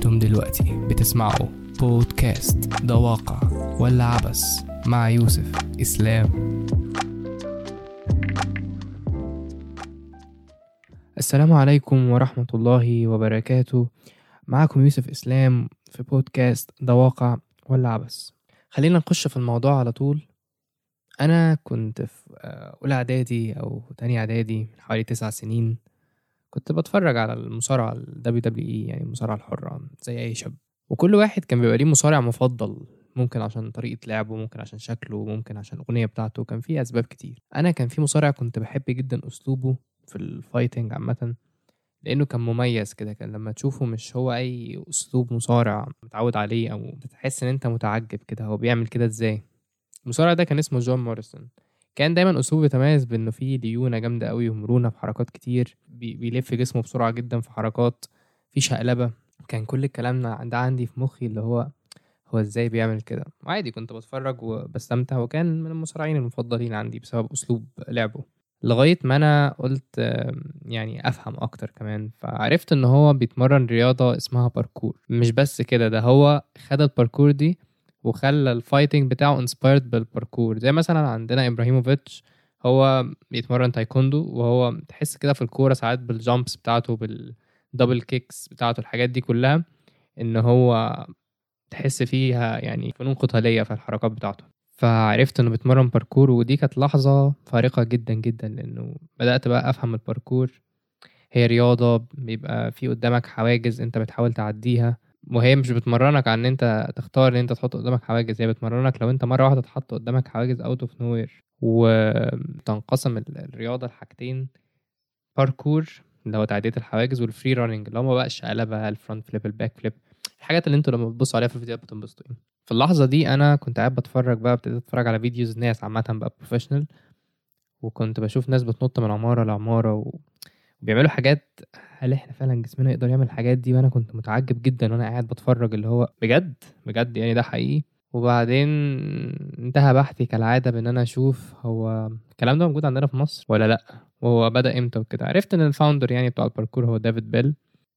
انتم دلوقتي بتسمعوا بودكاست ده واقع ولا عبث مع يوسف إسلام. السلام عليكم ورحمة الله وبركاته. معكم يوسف إسلام في بودكاست ده واقع ولا عبث. خلينا نخش في الموضوع على طول. أنا كنت في أولى إعدادي أو تاني إعدادي من حوالي 9 سنين. كنت بتفرج على المصارعة ال WWE، يعني المصارعة الحرة زي أي شاب، وكل واحد كان بيبقى ليه مصارع مفضل، ممكن عشان طريقة لعبه، ممكن عشان شكله، ممكن عشان الأغنية بتاعته، كان فيه أسباب كتير. أنا كان في مصارع كنت بحب جدا أسلوبه في الفايتنج عامة، لأنه كان مميز كده. كان لما تشوفه مش هو أي أسلوب مصارع متعود عليه، أو بتحس إن أنت متعجب كده هو بيعمل كده إزاي. المصارع ده كان اسمه جون موريسون. كان دايما اسلوبه بيتميز بانه فيه ليونه جامده قوي ومرونه في حركات كتير، بيلف جسمه بسرعه جدا في حركات، في شقلبه. كان كل الكلام ده عندي في مخي، اللي هو ازاي بيعمل كده. وعادي كنت بتفرج وبستمتع، وكان من المصارعين المفضلين عندي بسبب اسلوب لعبه. لغايه ما انا قلت يعني افهم اكتر كمان، فعرفت ان هو بيتمرن رياضه اسمها باركور. مش بس كده، ده هو خد الباركور دي وخلى الفايتنج بتاعه انسبايرد بالباركور. زي مثلا عندنا ابراهيموفيتش، هو بيتمرن تايكوندو، وهو تحس كده في الكوره ساعات بالجامبس بتاعته، بالدبل كيكس بتاعته، الحاجات دي كلها ان هو تحس فيها يعني فنون قتاليه في الحركات بتاعته. فعرفت انه بيتمرن باركور، ودي كانت لحظه فارقه جدا جدا، لانه بدات بقى افهم الباركور. هي رياضه بيبقى في قدامك حواجز انت بتحاول تعديها، وهي مش بتمرنك عن ان انت تختار ان انت تحط قدامك حواجز، هي بتمرنك لو انت مره واحده تحط قدامك حواجز اوت اوف نوير. وتنقسم الرياضه لحاجتين: باركور اللي هو تعديه الحواجز، والفري راننج اللي هم بقى الشقلبه، الفرونت فليب، الباك فليب، الحاجات اللي انتوا لما بتبصوا عليها في الفيديوهات بتنبسطوا يعني. في اللحظه دي انا كنت قاعد بتفرج بقى، ابتديت اتفرج على فيديوز ناس عامه بقى بروفيشنال، وكنت بشوف ناس بتنط من عماره لعماره وبيعملوا حاجات. هل احنا فعلا جسمنا يقدر يعمل الحاجات دي؟ وانا كنت متعجب جدا وانا قاعد بتفرج، اللي هو بجد بجد يعني ده حقيقي. وبعدين انتهى بحثي كالعادة بان انا اشوف هو الكلام ده موجود عندنا في مصر ولا لا، وهو بدأ امتى وكده. عرفت ان الفاوندر يعني بتاع الباركور هو ديفيد بيل.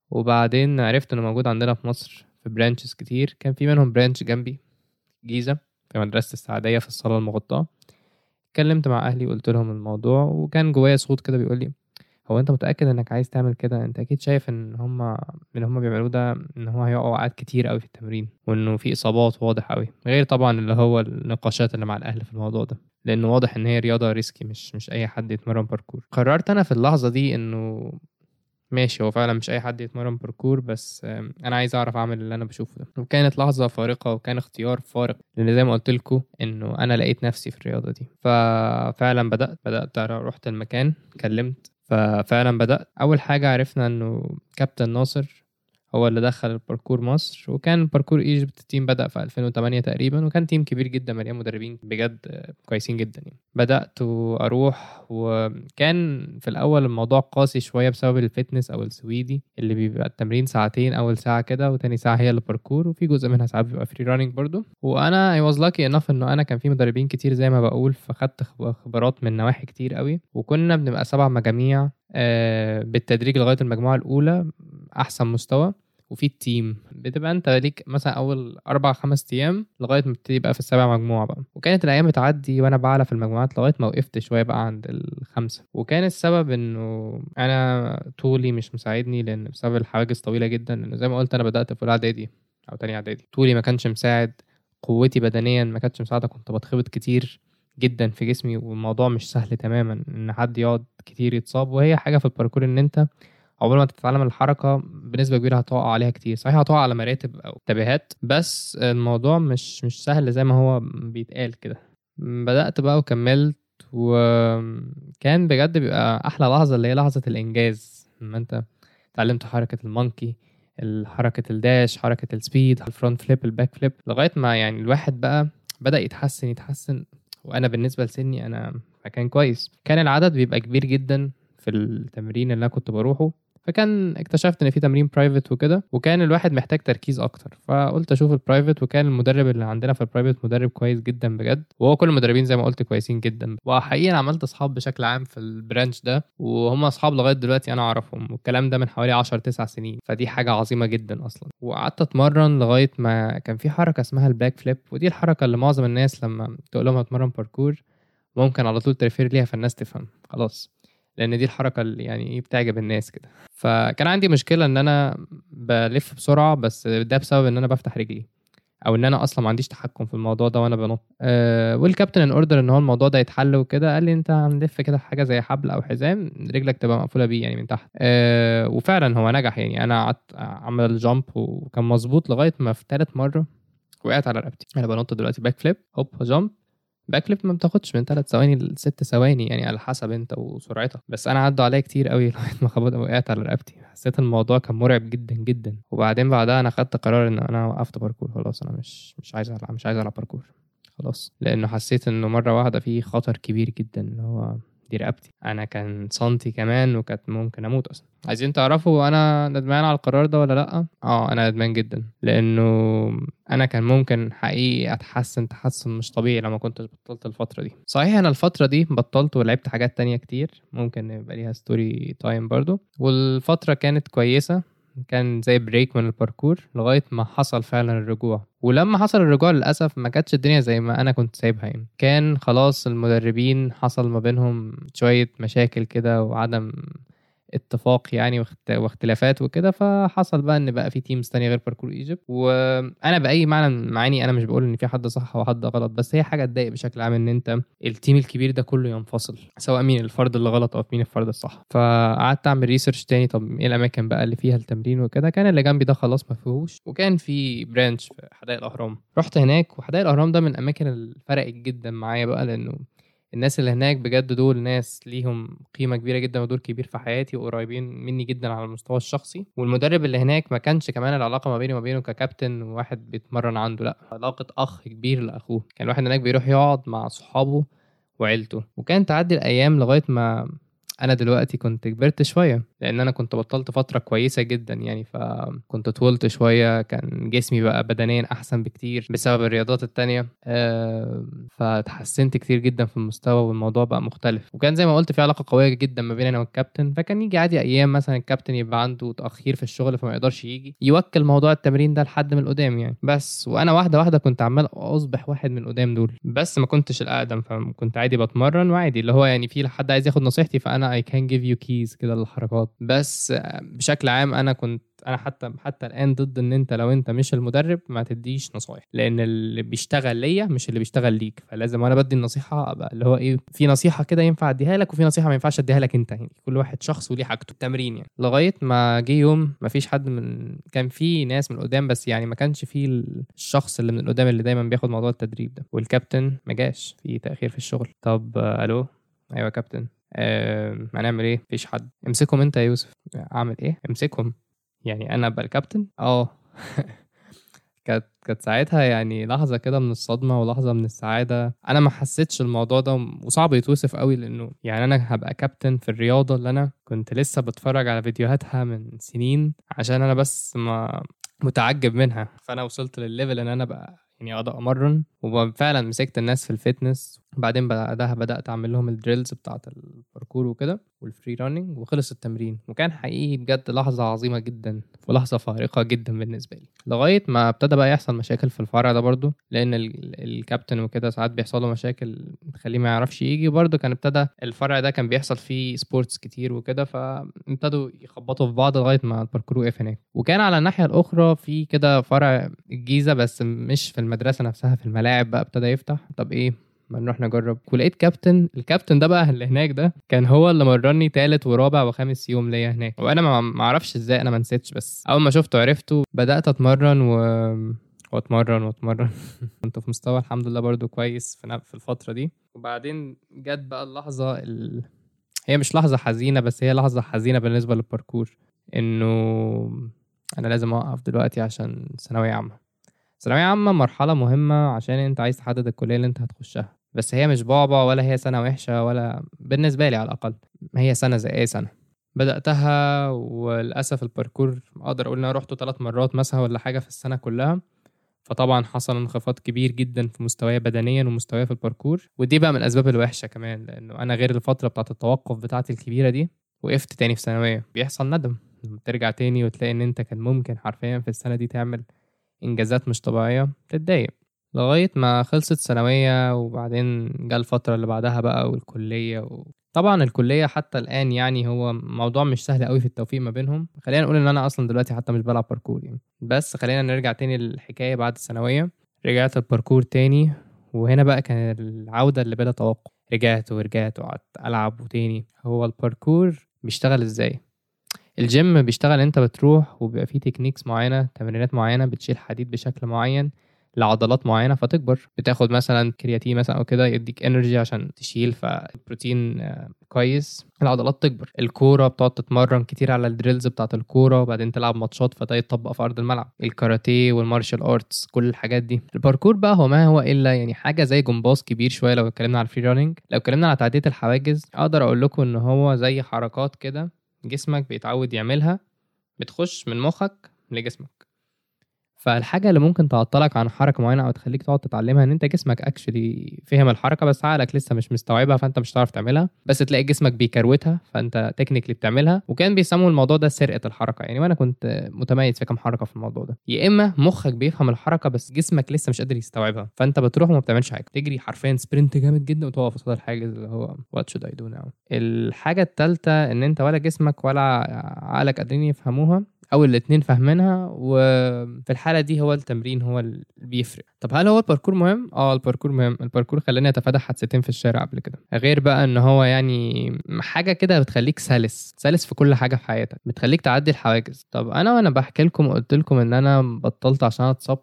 وبعدين عرفت انه موجود عندنا في مصر في برانشز كتير، كان في منهم برانش جنبي جيزة في مدرسة السعدية في الصالة المغطاة. اتكلمت مع اهلي وقلت لهم الموضوع، وكان جوايا صوت كده بيقول لي: هو انت متأكد انك عايز تعمل كده؟ انت اكيد شايف ان هما بيعملوه ده ان هو هيقعوا اوقات كتير قوي في التمرين، وانه في اصابات واضح قوي، غير طبعا اللي هو النقاشات اللي مع الاهل في الموضوع ده، لانه واضح ان هي رياضة ريسكي، مش اي حد يتمرن باركور. قررت انا في اللحظة دي انه ماشي، هو فعلا مش اي حد يتمرن باركور، بس انا عايز اعرف اعمل اللي انا بشوفه ده. وكانت لحظة فارقة، وكان اختيار فارق، لان زي ما قلت لكم انه انا لقيت نفسي في الرياضة دي. ففعلا بدأت رحت المكان، كلمت. ففعلا بدأت. اول حاجة عرفنا انه كابتن ناصر هو اللي دخل الباركور مصر، وكان باركور ايجيبت تيم بدأ في 2008 تقريبا، وكان تيم كبير جدا مليان مدربين بجد كويسين جدا يعني. بدأت أروح، وكان في الأول الموضوع قاسي شوية بسبب الفتنس أو السويدي، اللي بيبقى التمرين ساعتين، أول ساعة كده وتاني ساعة هي الباركور، وفي جزء منها ساعات بيبقى فري رانينج برضو. وأنا I was lucky enough إنه أنا كان في مدربين كتير زي ما بقول، فخدت خبرات من نواحي كتير قوي. وكنا بنبقى 7 مجاميع بالتدريج لغاية المجموعة الأولى أحسن مستوى، وفي التيم بتبقى انت ليك مثلا اول 4-5 ايام لغايه ما تبتدي بقى في السابع مجموعه بقى. وكانت الايام بتعدي وانا بعلى في المجموعات لغايه ما وقفت شويه بقى عند الخمسه. وكان السبب انه انا طولي مش مساعدني، لان بسبب الحواجز طويله جدا، لان زي ما قلت انا بدات في اولى اعدادي او تاني اعدادي. طولي ما كانش مساعد، قوتي بدنيا ما كانتش مساعده، كنت بتخبط كتير جدا في جسمي، والموضوع مش سهل تماما ان حد يقعد كتير يتصاب. وهي حاجه في الباركور ان انت عقبال ما تتعلم الحركة بنسبة كبيرة هتقع عليها كتير. صحيح هتقع على مراتب أو تبهات، بس الموضوع مش سهل زي ما هو بيتقال كده. بدأت بقى وكملت، وكان بجد بيبقى أحلى لحظة اللي هي لحظة الإنجاز، لما أنت اتعلمت حركة المونكي، حركة الداش، حركة السبيد، الفرونت فليب، الباك فليب، لغاية ما يعني الواحد بقى بدأ يتحسن. وأنا بالنسبة لسني أنا كان كويس، كان العدد بيبقى كبير جدا في التمرين اللي أنا كنت بروحه، فكان اكتشفت ان في تمرين برايفت وكده، وكان الواحد محتاج تركيز اكتر، فقلت اشوف البرايفت. وكان المدرب اللي عندنا في البرايفت مدرب كويس جدا بجد، وهو كل المدربين زي ما قلت كويسين جدا. وحقيقة عملت اصحاب بشكل عام في البرانش ده، وهم اصحاب لغايه دلوقتي انا اعرفهم، والكلام ده من حوالي 10 9 سنين، فدي حاجه عظيمه جدا اصلا. وقعدت اتمرن لغايه ما كان في حركه اسمها الباك فليب، ودي الحركه اللي معظم الناس لما تقول لهم هتمرن باركور ممكن على طول تريفير ليها، فالناس تفهم خلاص، لان دي الحركه اللي يعني ايه بتعجب الناس كده. فكان عندي مشكله ان انا بلف بسرعه، بس ده بسبب ان انا بفتح رجلي، او ان انا اصلا ما عنديش تحكم في الموضوع ده وانا بنط. والكابتن ان اوردر ان هو الموضوع ده يتحل وكده، قال لي انت هنلف كده حاجه زي حبل او حزام رجلك تبقى مقفوله بيه يعني من تحت. وفعلا هو نجح يعني. انا قعدت اعمل الجامب وكان مظبوط لغايه ما في ثالث مره وقعت على رقبتي. انا بنط دلوقتي باك فليب هوب جامب. باك فليب ما بتاخدش من 3 ثواني ل 6 ثواني يعني على حسب انت وسرعتك، بس انا عدوا عليا كتير قوي لغايه ما خبطت وقعت على رقبتي. حسيت الموضوع كان مرعب جدا جدا. وبعدين بعدها انا خدت قرار ان انا وقفت باركور خلاص. انا مش عايز العب باركور خلاص، لانه حسيت انه مره واحده في خطر كبير جدا، اللي هو دي رقبتي. انا كان سنتي كمان وكانت ممكن اموت اصلا. عايزين تعرفوا انا ندمان على القرار ده ولا لا؟ انا ندمان جدا، لانه انا كان ممكن حقيقي اتحسن تحسن مش طبيعي لما كنت بطلت الفتره دي. صحيح انا الفتره دي بطلت ولعبت حاجات تانية كتير، ممكن يبقى ليها ستوري تايم برضو. والفتره كانت كويسه، كان زي بريك من الباركور لغايه ما حصل فعلا الرجوع. ولما حصل الرجوع للاسف ما كانتش الدنيا زي ما انا كنت سايبها يعني. كان خلاص المدربين حصل ما بينهم شويه مشاكل كده وعدم اتفاق يعني واختلافات وكده، فحصل بقى ان بقى في تيمز تانية غير باركور ايجيبت. وانا باي معنى من معاني انا مش بقول ان في حد صح وحد غلط، بس هي حاجه تضايق بشكل عام ان انت التيم الكبير ده كله ينفصل، سواء مين الفرد اللي غلط او مين الفرد الصح. فقعدت اعمل ريسيرش تاني، طب ايه الاماكن بقى اللي فيها التمرين وكده. كان اللي جنبي ده خلاص ما فيهوش، وكان في برانش في حدائق الاهرام. رحت هناك، وحدائق الاهرام ده من الاماكن اللي فرقت جدا معايا بقى، لانه الناس اللي هناك بجد دول ناس ليهم قيمة كبيرة جدا ودور كبير في حياتي وقريبين مني جدا على المستوى الشخصي. والمدرب اللي هناك ما كانش كمان العلاقة ما بيني وما بينه ككابتن وواحد بيتمرن عنده، لا، علاقة أخ كبير لأخوه. كان الواحد هناك بيروح يقعد مع صحابه وعيلته. وكان تعدي الأيام لغاية ما انا دلوقتي كنت كبرت شويه، لان انا كنت بطلت فتره كويسه جدا يعني، فكنت طولت شويه، كان جسمي بقى بدنيا احسن بكتير بسبب الرياضات التانية. فتحسنت كتير جدا في المستوى والموضوع بقى مختلف. وكان زي ما قلت في علاقه قويه جدا ما بين انا والكابتن. فكان يجي عادي ايام مثلا الكابتن يبقى عنده تاخير في الشغل فما يقدرش يجي، يوكل موضوع التمرين ده لحد من القدام يعني. بس وانا واحده واحده كنت عمال اصبح واحد من القدام دول، بس ما كنتش الاقدم، فكنت عادي بتمرن وعادي اللي هو يعني في حد عايز ياخد نصيحتي فانا I can give you keys كده للحركات. بس بشكل عام انا حتى الان ضد ان انت لو انت مش المدرب ما تديش نصايح، لان اللي بيشتغل ليا مش اللي بيشتغل ليك. فلازم وانا بدي النصيحه ابقى اللي هو ايه، في نصيحه كده ينفع اديها لك وفي نصيحه ما ينفعش اديها لك انت يعني. كل واحد شخص وليه حاجته. التمرين يعني لغايه ما جه يوم ما فيش حد كان في ناس من القدام بس يعني ما كانش في الشخص اللي من القدام اللي دايما بياخد موضوع التدريب ده. والكابتن ما جاش، في تاخير في الشغل. طب الو، ايوه يا كابتن، هنعمل ايه؟ مفيش حد. امسكهم انت يا يوسف. اعمل ايه؟ امسكهم يعني انا ابقى الكابتن؟ كانت ساعتها يعني لحظه كده من الصدمه ولحظه من السعاده. انا ما حسيتش الموضوع ده وصعب يتوصف قوي، لانه يعني انا هبقى كابتن في الرياضه اللي انا كنت لسه بتفرج على فيديوهاتها من سنين عشان انا بس ما متعجب منها. فانا وصلت للليفل ان انا بقى يعني اقدر امرن، وفعلا مسكت الناس في الفيتنس. بعدين بعدها بدات اعمل لهم الدريلز بتاعه الباركور وكده والفري راننج، وخلص التمرين. وكان حقيقي بجد لحظه عظيمه جدا ولحظه فارقه جدا بالنسبه لي. لغايه ما ابتدى بقى يحصل مشاكل في الفرع ده برضو، لان الكابتن وكده ساعات بيحصل له مشاكل تخليه ما يعرفش يجي. برضو كان ابتدى الفرع ده كان بيحصل فيه سبورتس كتير وكده، فابتدوا يخبطوا في بعض لغايه ما الباركور وقف هناك. وكان على الناحيه الاخرى في كده فرع الجيزه، بس مش في المدرسه نفسها، في الملاعب بقى ابتدى يفتح. طب ايه ما نروح نجرب. ولقيت الكابتن ده بقى اللي هناك ده كان هو اللي مرني تالت ورابع وخامس يوم ليا هناك. وانا ما اعرفش ازاي، انا ما نسيتش، بس اول ما شفته عرفته بدأت اتمرن واتمرن كنت في مستوى الحمد لله برضو كويس في الفترة دي. وبعدين جت بقى اللحظة هي مش لحظة حزينة، بس هي لحظة حزينة بالنسبة للباركور، انه انا لازم اوقف دلوقتي عشان ثانوية عامة مرحلة مهمة عشان انت عايز تحدد الكلية اللي انت هتخشها. بس هي مش بعبع ولا هي سنة وحشة، ولا بالنسبة لي على الأقل هي سنة زي أي سنة. بدأتها وللأسف الباركور أقدر أقول إن أنا رُحته 3 مرات مثلًا والّا حاجة في السنة كلّها، فطبعًا حصل انخفاض كبير جدًا في مستواي بدنيًا ومستواي في الباركور، ودي بقى من الأسباب الوحشة كمان، لإنه أنا غير الفترة بتاعة التوقُّف بتاعتي الكبيرة دي، وقفت تاني في ثانوية، بيحصل ندم لمّا ترجع تاني وتلاقي إن أنت كان ممكن حرفيًا في السنة دي تعمل إنجازات مش طبيعية، تتضايق. لغاية ما خلصت ثانوية وبعدين جه الفترة اللي بعدها بقى والكلية طبعًا الكلية حتى الآن يعني هو موضوع مش سهل أوي في التوفيق ما بينهم، خلّينا نقول إن أنا أصلًا دلوقتي حتى مش بالعب باركور يعني، بس خلّينا نرجع تاني للحكاية بعد الثانوية، رجعت الباركور تاني وهنا بقى كان العودة اللي بلا توقف، رجعت ورجعت وقعدت ألعب وتاني. هو الباركور بيشتغل إزاي؟ الgym بيشتغل أنت بتروح وبيبقى في techniques معيّنة، تمرينات معيّنة بتشيل حديد بشكل معيّن لعضلات معيّنة فتكبر، بتاخد مثلًا كرياتين مثلًا أو كده يدّيك energy عشان تشيل فالبروتين كويس، العضلات تكبر. الكورة بتقعد تتمرّن كتير على الdrills بتاعة الكورة وبعدين تلعب ماتشات فده يتطبّق في أرض الملعب. الكاراتيه والmartial arts كل الحاجات دي. الباركور بقى هو ما هو إلا يعني حاجة زي جمباز كبير شوية لو اتكلمنا على الfree running، لو اتكلمنا على تعدية الحواجز أقدر أقول لكم إن هو زي حركات كده جسمك بيتعود يعملها بتخش من مخك لجسمك. فالحاجة اللي ممكن تعطلك عن حركة معينة أو تخليك تقعد تتعلمها إن أنت جسمك actually فهم الحركة بس عقلك لسه مش مستوعبها فأنت مش هتعرف تعملها، بس تلاقي جسمك بيكروتها فأنت technically بتعملها. وكان بيسموا الموضوع ده سرقة الحركة يعني، وأنا كنت متميز في كام حركة في الموضوع ده. يا إما مخك بيفهم الحركة بس جسمك لسه مش قادر يستوعبها فأنت بتروح وما بتعملش حاجة، تجري حرفيا سبرنت جامد جدا وتقف قصاد الحاجز اللي هو what should I do now. الحاجة التالتة إن أنت ولا جسمك ولا عقلك قادرين يفهموها أو الاتنين فاهمينها، وفي الحالة دي هو التمرين هو اللي بيفرق. طب هل هو الباركور مهم؟ الباركور مهم. الباركور خلاني أتفادى حادثتين في الشارع قبل كده، غير بقى إن هو يعني حاجة كده بتخليك سلس في كل حاجة في حياتك، بتخليك تعدي الحواجز. طب أنا وأنا بحكي لكم قلت لكم إن أنا بطلت عشان اتصبت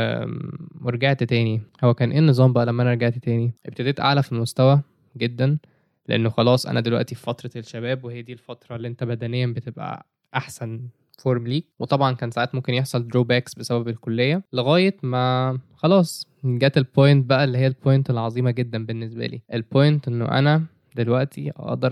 ورجعت تاني، هو كان إيه النظام بقى لما أنا رجعت تاني؟ ابتديت أعلى في المستوى جدا، لأنه خلاص أنا دلوقتي في فترة الشباب وهي دي الفترة اللي أنت بدنيا بتبقى أحسن فورم ليك. وطبعا كان ساعات ممكن يحصل دروباكس بسبب الكلية لغاية ما خلاص جات البوينت بقى اللي هي البوينت العظيمة جدا بالنسبة لي، البوينت انه انا دلوقتي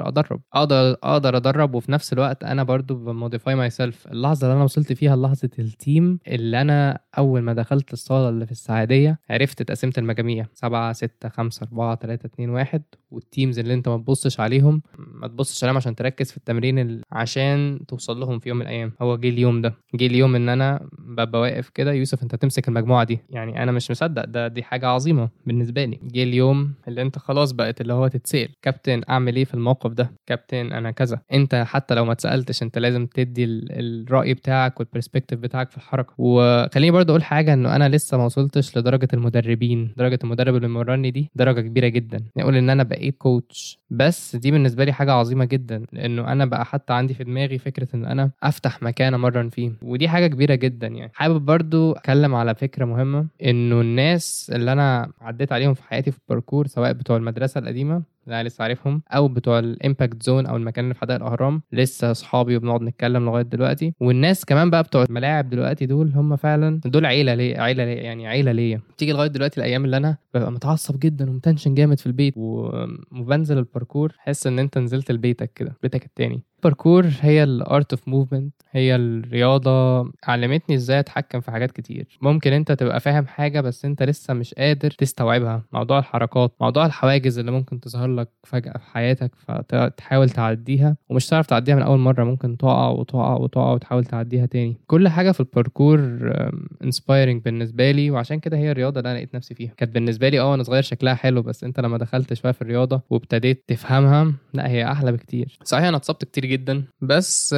اقدر ادرب وفي نفس الوقت انا برضو بموديفاي ماي سيلف. اللحظه اللي انا وصلت فيها لحظه التيم اللي انا اول ما دخلت الصاله اللي في السعوديه عرفت تقسيمه المجاميع 7 6 5 4 3 2 1، والتيمز اللي انت ما تبصش عليهم عشان تركز في التمرين عشان توصل لهم في يوم من الايام. هو جه اليوم ان انا ببقى واقف كده، يوسف انت تمسك المجموعه دي، يعني انا مش مصدق دي حاجه عظيمه بالنسبه لي. جه اليوم اللي انت خلاص بقت اللي هو تتسال كابتن اعمل ايه في الموقف ده، كابتن انا كذا. انت حتى لو ما اتسالتش انت لازم تدي الراي بتاعك والبرسبكتيف بتاعك في الحركه. وخليني برضو اقول حاجه انه انا لسه ما وصلتش لدرجه المدربين، درجه المدرب اللي مرني دي درجه كبيره جدا، نقول ان انا بقيت كوتش، بس دي بالنسبه لي حاجه عظيمه جدا لانه انا بقى حتى عندي في دماغي فكره ان انا افتح مكان امرن فيه، ودي حاجه كبيره جدا يعني. حابب برضو اتكلم على فكره مهمه، انه الناس اللي انا عديت عليهم في حياتي في الباركور سواء بتوع المدرسه القديمه اللي انا لسه عارفهم او بتوع الامباكت زون او المكان اللي في حدائق الاهرام لسه اصحابي وبنقعد نتكلم لغايه دلوقتي، والناس كمان بقى بتوع الملاعب دلوقتي دول هم فعلا دول عيله ليا. تيجي لغايه دلوقتي الايام اللي انا ببقى متعصب جدا ومتنشن جامد في البيت وبنزل الباركور حس ان انت نزلت لبيتك كده، بيتك التاني. الباركور هي الارت اوف موفمنت، هي الرياضه علمتني ازاي اتحكم في حاجات كتير. ممكن انت تبقى فاهم حاجه بس انت لسه مش قادر تستوعبها، موضوع الحركات، موضوع الحواجز اللي ممكن تظهر لك فجاه في حياتك فتحاول تعديها ومش تعرف تعديها من اول مره، ممكن تقع وتحاول تعديها تاني. كل حاجه في الباركور انسبايرنج بالنسبه لي، وعشان كده هي الرياضه اللي انا لقيت نفسي فيها. كانت بالنسبه لي وانا صغير شكلها حلو، بس انت لما دخلت شويه في الرياضه وابتديت تفهمها لا هي احلى بكتير. صحيح انا اتصبت كتير جدا بس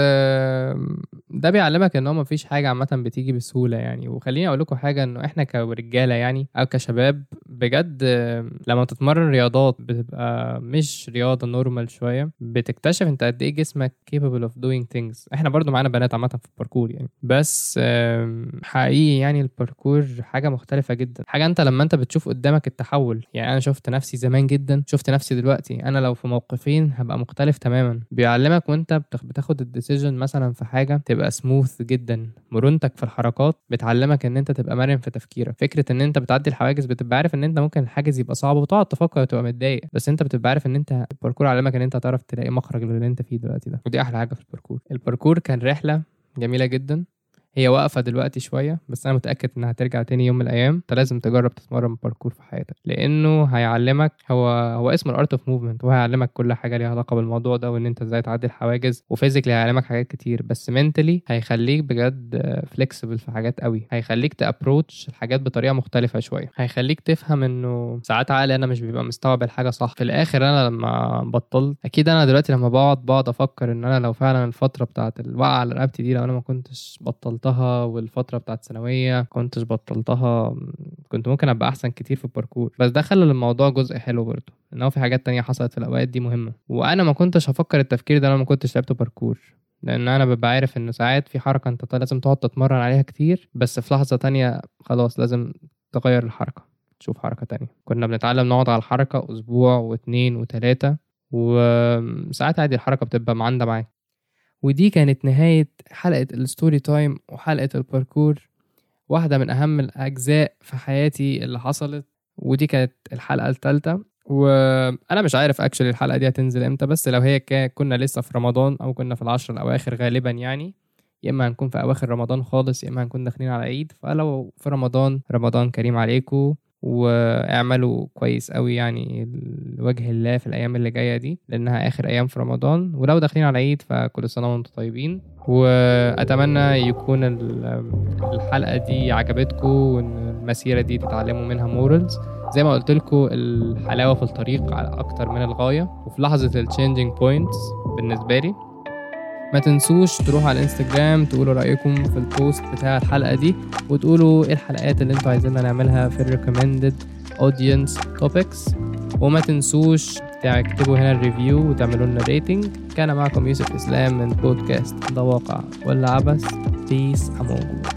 ده بيعلمك ان هو مفيش حاجه عامه بتيجي بسهوله يعني. وخليني اقول لكم حاجه، انه احنا كرجاله يعني او كشباب بجد لما تتمرن رياضات بتبقى مش رياضه نورمال شويه بتكتشف انت قد ايه جسمك capable of doing things. احنا برضو معانا بنات عامه في الباركور يعني، بس حقيقي يعني الباركور حاجه مختلفه جدا، حاجه انت لما انت بتشوف قدامك التحول. يعني انا شفت نفسي زمان جدا، شفت نفسي دلوقتي، انا لو في موقفين هبقى مختلف تماما. بيعلمك وانت بتاخد الديسيجن مثلا في حاجه تبقى سموث جدا، مرونتك في الحركات بتعلمك ان انت تبقى مرن في تفكيرك. فكره ان انت بتعدي الحواجز بتبقى عارف ان ان انت ممكن الحاجز يبقى صعب وتقعد تفكر وتبقى متضايق، بس انت بتبقى عارف ان انت الباركور علمك ان انت هتعرف تلاقي مخرج للي انت فيه دلوقتي ده، ودي احلى حاجه في الباركور كان رحله جميله جدا. هي واقفه دلوقتي شويه، بس انا متاكد انها هترجع تاني يوم من الايام. انت لازم تجرب تتمرن باركور في حياتك، لانه هيعلمك، هو اسمه الارت اوف موفمنت، وهو هيعلمك كل حاجه ليها علاقه بالموضوع ده، وان انت ازاي تعدي الحواجز. وفيزيكلي هيعلمك حاجات كتير، بس منتلي هيخليك بجد فليكسبل في حاجات قوي. هيخليك تابروتش الحاجات بطريقه مختلفه شويه، هيخليك تفهم انه ساعات عقلي انا مش بيبقى مستوعب الحاجه صح. في الاخر انا لما بطلت، اكيد انا دلوقتي لما بقعد افكر ان انا لو فعلا الفتره بتاعه الوقعه على رقبتي دي لو انا ما كنتش بطلتها، والفتره بتاعت ثانويه كنتش بطلتها، كنت ممكن ابقى احسن كتير في الباركور. بس ده خلى الموضوع جزء حلو برضه، ان هو في حاجات تانية حصلت في الاوقات دي مهمه، وانا ما كنتش هفكر التفكير ده لو ما كنتش لعبت باركور. لان انا ببقى عارف انه ساعات في حركه انت لازم تقعد تتمرن عليها كتير، بس في لحظه تانية خلاص لازم تغير الحركه، تشوف حركه تانية. كنا بنتعلم نقعد على الحركه اسبوع واثنين وثلاثه، وساعات عادي الحركه بتبقى معندة معاك. ودي كانت نهاية حلقة الستوري تايم وحلقة الباركور، واحدة من أهم الأجزاء في حياتي اللي حصلت. ودي كانت الحلقة الثالثة، وأنا مش عارف أكشلي الحلقة دي هتنزل إمتى، بس لو هي كنا لسه في رمضان أو كنا في العشر الأواخر غالبا يعني، يا إما هنكون في أواخر رمضان خالص، يا إما هنكون داخلين على عيد. فلو في رمضان كريم عليكم، واعملوا كويس قوي يعني لوجه الله في الايام اللي جايه دي، لانها اخر ايام في رمضان. ولو داخلين على عيد فكل سنه وانتم طيبين. واتمنى يكون الحلقه دي عجبتكم، وان المسيره دي تتعلموا منها مورالز. زي ما قلت لكم الحلاوه في الطريق على اكتر من الغايه، وفي لحظه التشينجينج بوينتس بالنسبه لي. ما تنسوش تروحوا على الانستجرام تقولوا رأيكم في البوست بتاع الحلقة دي، وتقولوا ايه الحلقات اللي انتوا عايزيننا نعملها في recommended audience topics. وما تنسوش تكتبوا هنا الريفيو وتعملوا لنا ريتنج. كان معكم يوسف إسلام من بودكاست ده واقع ولا عبث. Peace among you.